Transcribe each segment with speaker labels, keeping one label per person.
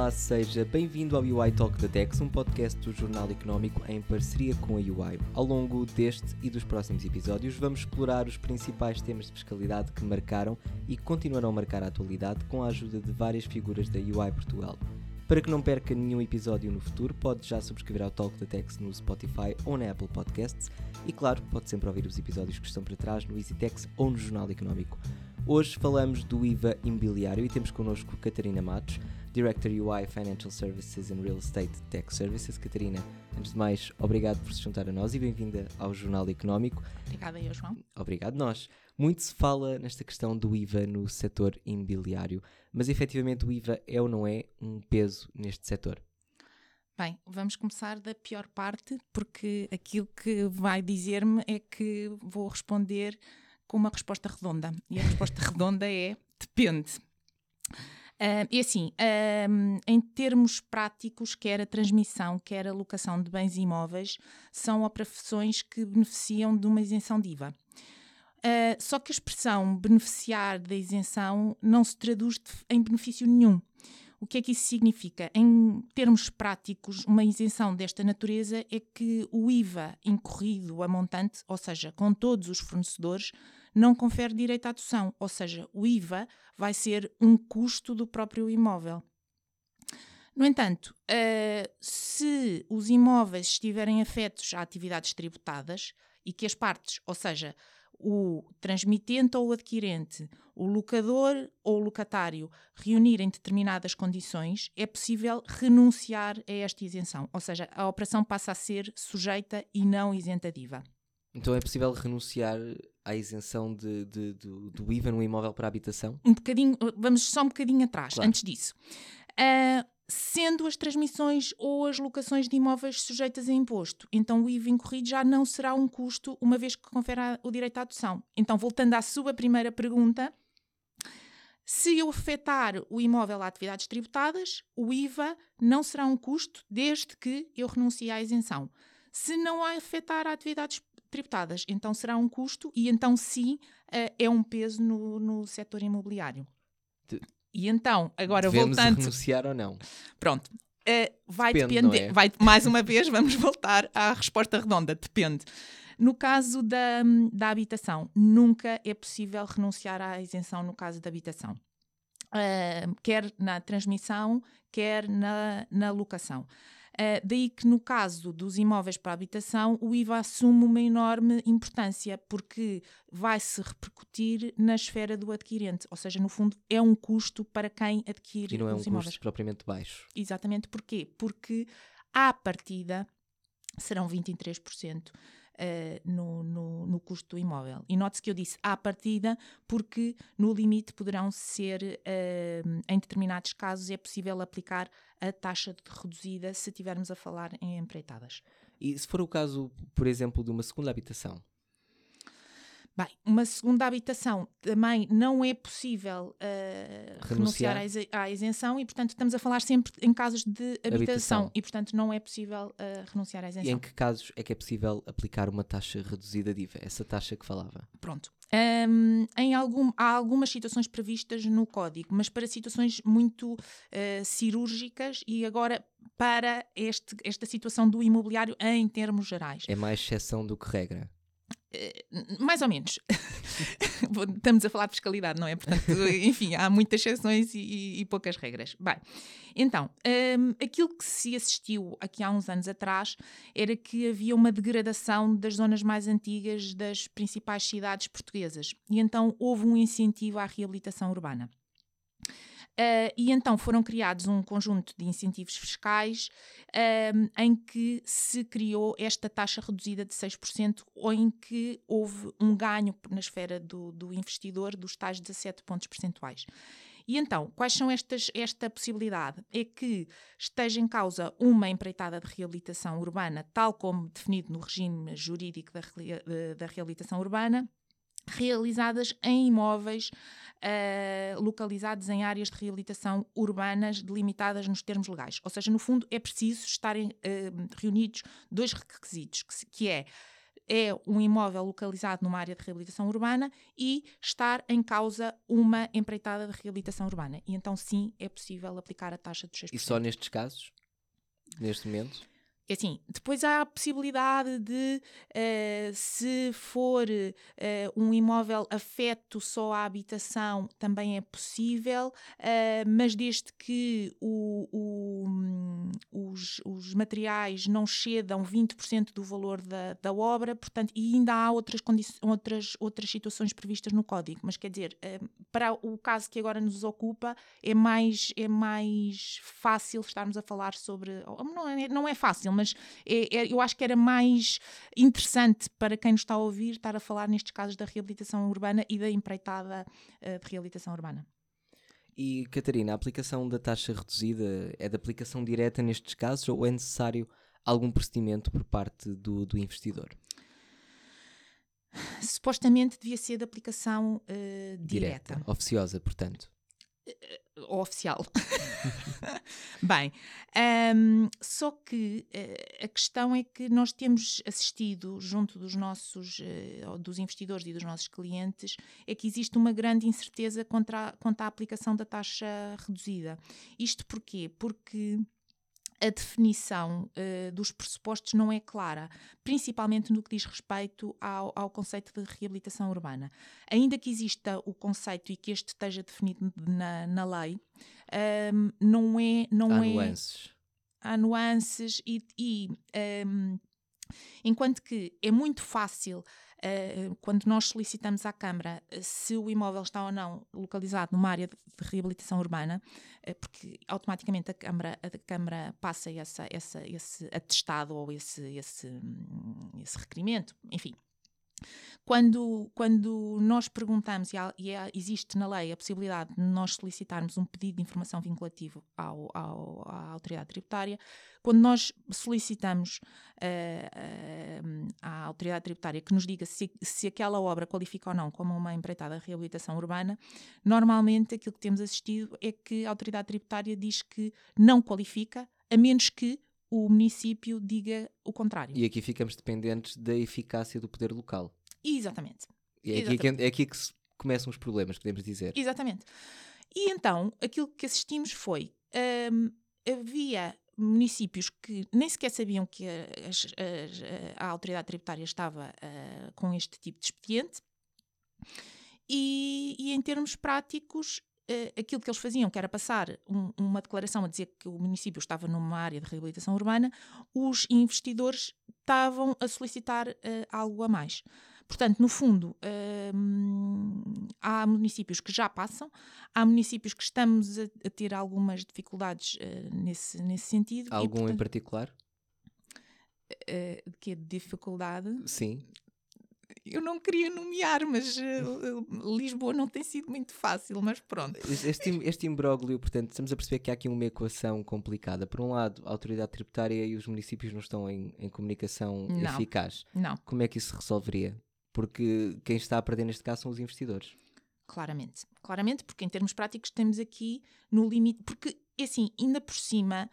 Speaker 1: Olá, seja bem-vindo ao UI Talk da Tex, um podcast do Jornal Económico em parceria com a UI. Ao longo deste e dos próximos episódios vamos explorar os principais temas de fiscalidade que marcaram e continuarão a marcar a atualidade com a ajuda de várias figuras da UI Portugal. Para que não perca nenhum episódio no futuro, pode já subscrever ao Talk da Tex no Spotify ou na Apple Podcasts e, claro, pode sempre ouvir os episódios que estão para trás no EasyTex ou no Jornal Económico. Hoje falamos do IVA imobiliário e temos connosco Catarina Matos, Director UI Financial Services and Real Estate Tax Services. Catarina, antes de mais, obrigado por se juntar a nós e bem-vinda ao Jornal Económico.
Speaker 2: Obrigada eu, João.
Speaker 1: Obrigado nós. Muito se fala nesta questão do IVA no setor imobiliário, mas efetivamente o IVA é ou não é um peso neste setor?
Speaker 2: Bem, vamos começar da pior parte, porque aquilo que vai dizer-me é que vou responder com uma resposta redonda. E a resposta redonda é depende. É assim, em termos práticos, quer a transmissão, quer a locação de bens imóveis, são operações que beneficiam de uma isenção de IVA. Só que a expressão beneficiar da isenção não se traduz em benefício nenhum. O que é que isso significa? Em termos práticos, uma isenção desta natureza é que o IVA incorrido a montante, ou seja, com todos os fornecedores, não confere direito à dedução, ou seja, o IVA vai ser um custo do próprio imóvel. No entanto, se os imóveis estiverem afetos a atividades tributadas e que as partes, ou seja, o transmitente ou o adquirente, o locador ou o locatário reunirem determinadas condições, é possível renunciar a esta isenção, ou seja, a operação passa a ser sujeita e não isenta de IVA.
Speaker 1: Então é possível renunciar à isenção do IVA no imóvel para habitação?
Speaker 2: Vamos só um bocadinho atrás,
Speaker 1: claro.
Speaker 2: Antes disso. Sendo as transmissões ou as locações de imóveis sujeitas a imposto, então o IVA incorrido já não será um custo, uma vez que confere o direito à dedução. Então, voltando à sua primeira pergunta, se eu afetar o imóvel a atividades tributadas, o IVA não será um custo desde que eu renuncie à isenção. Se não a afetar a atividades tributadas, então será um custo e então sim é um peso no setor imobiliário. E então, agora
Speaker 1: devemos
Speaker 2: voltando...
Speaker 1: renunciar ou não?
Speaker 2: Pronto. Vai
Speaker 1: depende,
Speaker 2: depender.
Speaker 1: não é?
Speaker 2: Mais uma vez, vamos voltar à resposta redonda. Depende. No caso da habitação, nunca é possível renunciar à isenção no caso da habitação. Quer na transmissão, quer na locação. Daí que no caso dos imóveis para habitação o IVA assume uma enorme importância porque vai-se repercutir na esfera do adquirente, ou seja, no fundo é um custo para quem adquire os imóveis.
Speaker 1: E não é um custo propriamente baixo.
Speaker 2: Exatamente. Porquê? Porque à partida serão 23% no custo do imóvel. E note-se que eu disse à partida porque no limite poderão ser, em determinados casos, é possível aplicar a taxa reduzida se estivermos a falar em empreitadas.
Speaker 1: E se for o caso, por exemplo, de uma segunda habitação?
Speaker 2: Bem, uma segunda habitação também não é possível renunciar à isenção e, portanto, estamos a falar sempre em casos de habitação. E, portanto, não é possível renunciar à isenção.
Speaker 1: E em que casos é que é possível aplicar uma taxa reduzida de IVA? Essa taxa que falava?
Speaker 2: Pronto. Há algumas situações previstas no Código, mas para situações muito cirúrgicas e agora para esta situação do imobiliário em termos gerais.
Speaker 1: É mais exceção do que regra?
Speaker 2: Mais ou menos. Estamos a falar de fiscalidade, não é? Portanto, enfim, há muitas exceções e poucas regras. Bem, então, aquilo que se assistiu aqui há uns anos atrás era que havia uma degradação das zonas mais antigas das principais cidades portuguesas e então houve um incentivo à reabilitação urbana. E então foram criados um conjunto de incentivos fiscais em que se criou esta taxa reduzida de 6%, ou em que houve um ganho na esfera do investidor dos tais 17 pontos percentuais. E então, quais são esta possibilidade? É que esteja em causa uma empreitada de reabilitação urbana, tal como definido no regime jurídico da reabilitação urbana, realizadas em imóveis localizados em áreas de reabilitação urbanas delimitadas nos termos legais. Ou seja, no fundo, é preciso estarem reunidos dois requisitos, que é é um imóvel localizado numa área de reabilitação urbana e estar em causa uma empreitada de reabilitação urbana. E então sim, é possível aplicar a taxa dos 6%.
Speaker 1: E só nestes casos? Neste momento?
Speaker 2: É assim, depois há a possibilidade de, se for um imóvel afeto só à habitação, também é possível, mas desde que os materiais não cedam 20% do valor da obra, portanto, e ainda há outras situações previstas no Código, mas quer dizer, para o caso que agora nos ocupa, é mais fácil estarmos a falar sobre... Não é fácil, mas eu acho que era mais interessante para quem nos está a ouvir estar a falar nestes casos da reabilitação urbana e da empreitada de reabilitação urbana.
Speaker 1: E, Catarina, a aplicação da taxa reduzida é de aplicação direta nestes casos ou é necessário algum procedimento por parte do investidor?
Speaker 2: Supostamente devia ser de aplicação direta.
Speaker 1: Oficiosa, portanto.
Speaker 2: Ou oficial. Bem, só que a questão é que nós temos assistido junto dos dos investidores e dos nossos clientes, é que existe uma grande incerteza quanto à aplicação da taxa reduzida. Isto porquê? Porque a definição dos pressupostos não é clara, principalmente no que diz respeito ao conceito de reabilitação urbana. Ainda que exista o conceito e que este esteja definido na lei, não é...
Speaker 1: Nuances.
Speaker 2: Há nuances enquanto que é muito fácil, quando nós solicitamos à Câmara se o imóvel está ou não localizado numa área de reabilitação urbana, porque automaticamente a Câmara passa esse atestado ou esse requerimento, enfim. Quando nós perguntamos, existe na lei a possibilidade de nós solicitarmos um pedido de informação vinculativo à autoridade tributária, quando nós solicitamos à autoridade tributária que nos diga se aquela obra qualifica ou não como uma empreitada de reabilitação urbana, normalmente aquilo que temos assistido é que a autoridade tributária diz que não qualifica, a menos que o município diga o contrário.
Speaker 1: E aqui ficamos dependentes da eficácia do poder local.
Speaker 2: Exatamente.
Speaker 1: É aqui que começam os problemas, podemos dizer.
Speaker 2: Exatamente. E então, aquilo que assistimos foi... havia municípios que nem sequer sabiam que a autoridade tributária estava com este tipo de expediente e em termos práticos... aquilo que eles faziam, que era passar uma declaração a dizer que o município estava numa área de reabilitação urbana, os investidores estavam a solicitar algo a mais. Portanto, no fundo, há municípios que já passam, há municípios que estamos a ter algumas dificuldades nesse sentido.
Speaker 1: Algum portanto, em particular?
Speaker 2: Que é de dificuldade?
Speaker 1: Sim.
Speaker 2: Eu não queria nomear, mas Lisboa não tem sido muito fácil, mas pronto.
Speaker 1: Este imbróglio, portanto, estamos a perceber que há aqui uma equação complicada. Por um lado, a autoridade tributária e os municípios não estão em comunicação eficaz.
Speaker 2: Não.
Speaker 1: Como é que isso se resolveria? Porque quem está a perder neste caso são os investidores.
Speaker 2: Claramente, porque em termos práticos temos aqui no limite, porque assim, ainda por cima,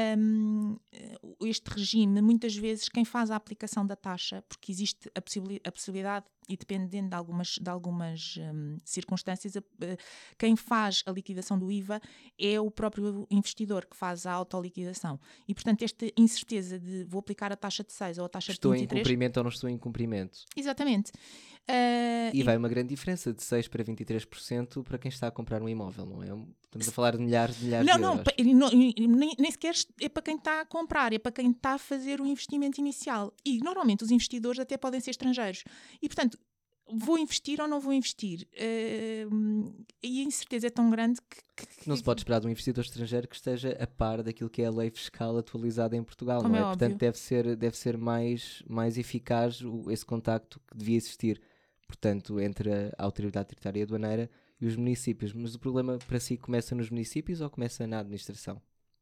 Speaker 2: este regime, muitas vezes quem faz a aplicação da taxa, porque existe a possibilidade, e dependendo de algumas circunstâncias, quem faz a liquidação do IVA é o próprio investidor que faz a autoliquidação. E, portanto, esta incerteza de vou aplicar a taxa de 6 ou a taxa de 23...
Speaker 1: Estou em cumprimento ou não estou em cumprimento.
Speaker 2: Exatamente.
Speaker 1: E vai uma grande diferença de 6% para 23% para quem está a comprar um imóvel, não é? Estamos a falar de milhares de euros.
Speaker 2: Não, nem sequer é para quem está a comprar, é para quem está a fazer o investimento inicial. E normalmente os investidores até podem ser estrangeiros. E portanto, vou investir ou não vou investir? E a incerteza é tão grande que...
Speaker 1: Não se pode esperar de um investidor estrangeiro que esteja a par daquilo que é a lei fiscal atualizada em Portugal,
Speaker 2: como
Speaker 1: não é?
Speaker 2: Óbvio.
Speaker 1: Portanto, deve ser mais eficaz esse contacto que devia existir, portanto, entre a autoridade tributária e aduaneira e os municípios. Mas o problema para si começa nos municípios ou começa na administração?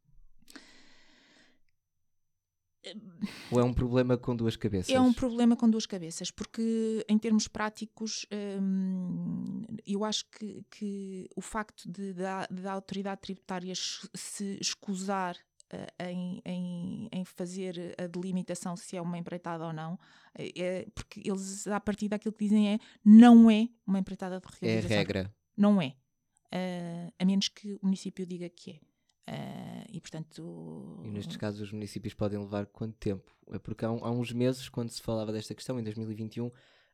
Speaker 1: Ou é um problema com duas cabeças?
Speaker 2: É um problema com duas cabeças, porque em termos práticos eu acho que o facto da autoridade tributária se escusar em fazer a delimitação se é uma empreitada ou não, porque eles, a partir daquilo que dizem não é uma empreitada de reabilitação.
Speaker 1: É a regra.
Speaker 2: Não é. A menos que o município diga que é. E, portanto...
Speaker 1: E nestes casos os municípios podem levar quanto tempo? É porque há uns meses, quando se falava desta questão, em 2021,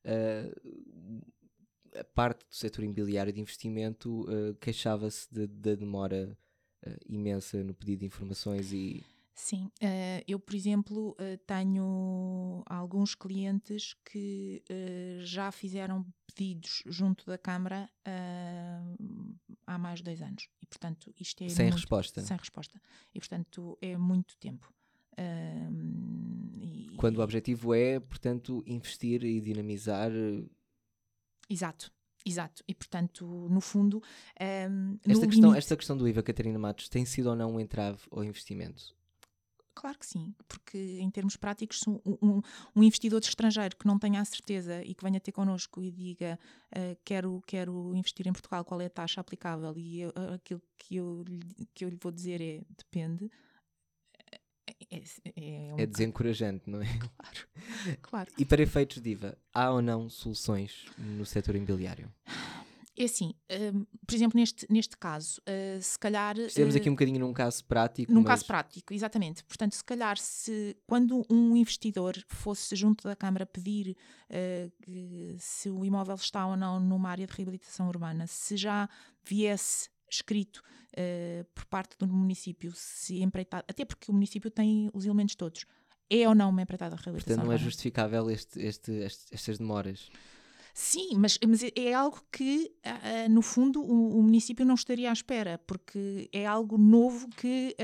Speaker 1: a parte do setor imobiliário de investimento queixava-se da demora imensa no pedido de informações e...
Speaker 2: Sim, eu, por exemplo, tenho alguns clientes que já fizeram pedidos junto da Câmara há mais de 2 anos. E, portanto, isto é
Speaker 1: sem resposta.
Speaker 2: Sem resposta. E, portanto, é muito tempo.
Speaker 1: Quando o objetivo é, portanto, investir e dinamizar...
Speaker 2: Exato. E, portanto, no fundo...
Speaker 1: Esta questão do IVA, Catarina Matos, tem sido ou não um entrave ao investimento?
Speaker 2: Claro que sim, porque em termos práticos, um investidor estrangeiro que não tenha a certeza e que venha ter connosco e diga quero investir em Portugal, qual é a taxa aplicável, e aquilo que eu lhe vou dizer depende,
Speaker 1: é desencorajante, não é?
Speaker 2: Claro.
Speaker 1: E para efeitos de IVA, há ou não soluções no setor imobiliário?
Speaker 2: É assim, por exemplo, neste caso, se calhar...
Speaker 1: Estamos aqui um bocadinho num caso prático.
Speaker 2: Caso prático, exatamente. Portanto, se calhar, quando um investidor fosse junto da Câmara pedir se o imóvel está ou não numa área de reabilitação urbana, se já viesse escrito por parte do município, se empreitada, até porque o município tem os elementos todos, é ou não uma empreitada de reabilitação
Speaker 1: urbana. Portanto, não
Speaker 2: urbana.
Speaker 1: É justificável estas demoras.
Speaker 2: Sim, mas é algo que, no fundo, o município não estaria à espera, porque é algo novo que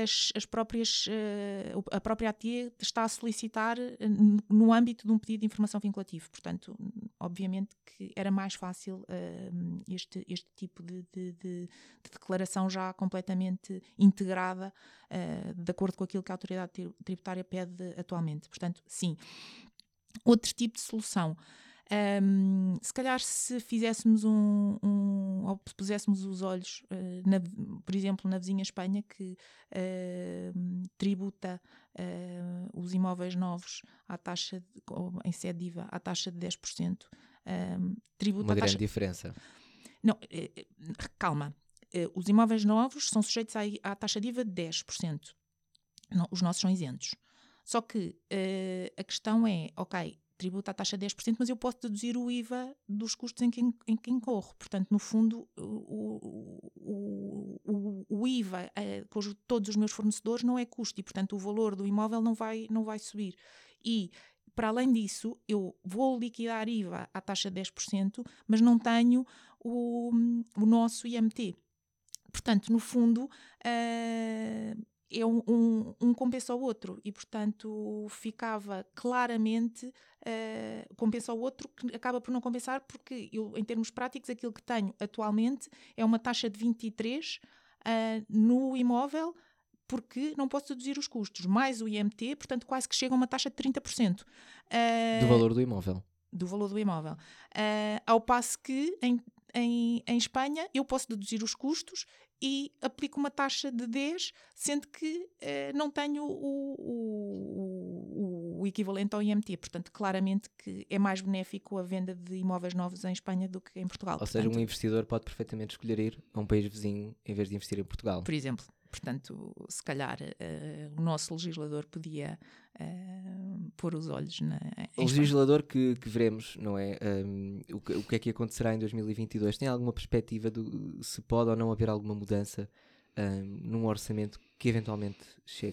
Speaker 2: a própria AT está a solicitar no âmbito de um pedido de informação vinculativo. Portanto, obviamente que era mais fácil este tipo de declaração já completamente integrada, de acordo com aquilo que a autoridade tributária pede atualmente. Portanto, sim. Outro tipo de solução... se calhar se fizéssemos ou puséssemos os olhos, por exemplo, na vizinha Espanha, que tributa os imóveis novos em sede de IVA à taxa de 10%.
Speaker 1: Uma grande diferença.
Speaker 2: Não, calma. Os imóveis novos são sujeitos à taxa de IVA de 10%. Não, os nossos são isentos. Só que a questão é, ok, tributa a taxa de 10%, mas eu posso deduzir o IVA dos custos em que incorro. Portanto, no fundo, o IVA com todos os meus fornecedores não é custo e, portanto, o valor do imóvel não vai subir. E, para além disso, eu vou liquidar IVA à taxa de 10%, mas não tenho o nosso IMT. Portanto, no fundo... é um compensa ao outro e, portanto, ficava claramente compensa ao outro, que acaba por não compensar, porque eu, em termos práticos, aquilo que tenho atualmente é uma taxa de 23% no imóvel, porque não posso deduzir os custos, mais o IMT, portanto, quase que chega a uma taxa de 30%.
Speaker 1: Do valor do imóvel.
Speaker 2: Do valor do imóvel. Ao passo que, em Espanha, eu posso deduzir os custos e aplico uma taxa de 10%, sendo que não tenho o equivalente ao IMT. Portanto, claramente que é mais benéfico a venda de imóveis novos em Espanha do que em Portugal.
Speaker 1: Ou seja, um investidor pode perfeitamente escolher ir a um país vizinho em vez de investir em Portugal.
Speaker 2: Por exemplo. Portanto, se calhar o nosso legislador podia pôr os olhos
Speaker 1: o legislador que veremos, não é? O que é que acontecerá em 2022? Tem alguma perspectiva de se pode ou não haver alguma mudança num orçamento que eventualmente chegue?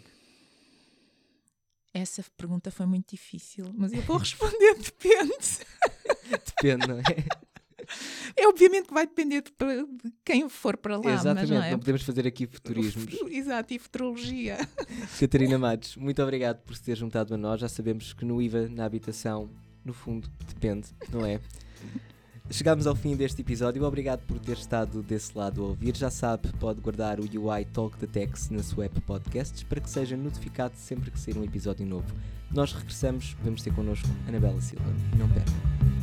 Speaker 2: Essa pergunta foi muito difícil, mas eu vou responder depende.
Speaker 1: Depende, não é?
Speaker 2: É obviamente que vai depender de quem for para lá.
Speaker 1: Exatamente,
Speaker 2: mas
Speaker 1: não podemos fazer aqui futurismos.
Speaker 2: Exato, e futurologia.
Speaker 1: Catarina Matos, muito obrigado por se ter juntado a nós. Já sabemos que no IVA, na habitação, no fundo, depende, não é? Chegámos ao fim deste episódio. Obrigado por ter estado desse lado a ouvir. Já sabe, pode guardar o UI Talk da Tex na sua app Podcasts para que seja notificado sempre que sair um episódio novo. Nós regressamos, vamos ter connosco Anabela Silva. Não perca.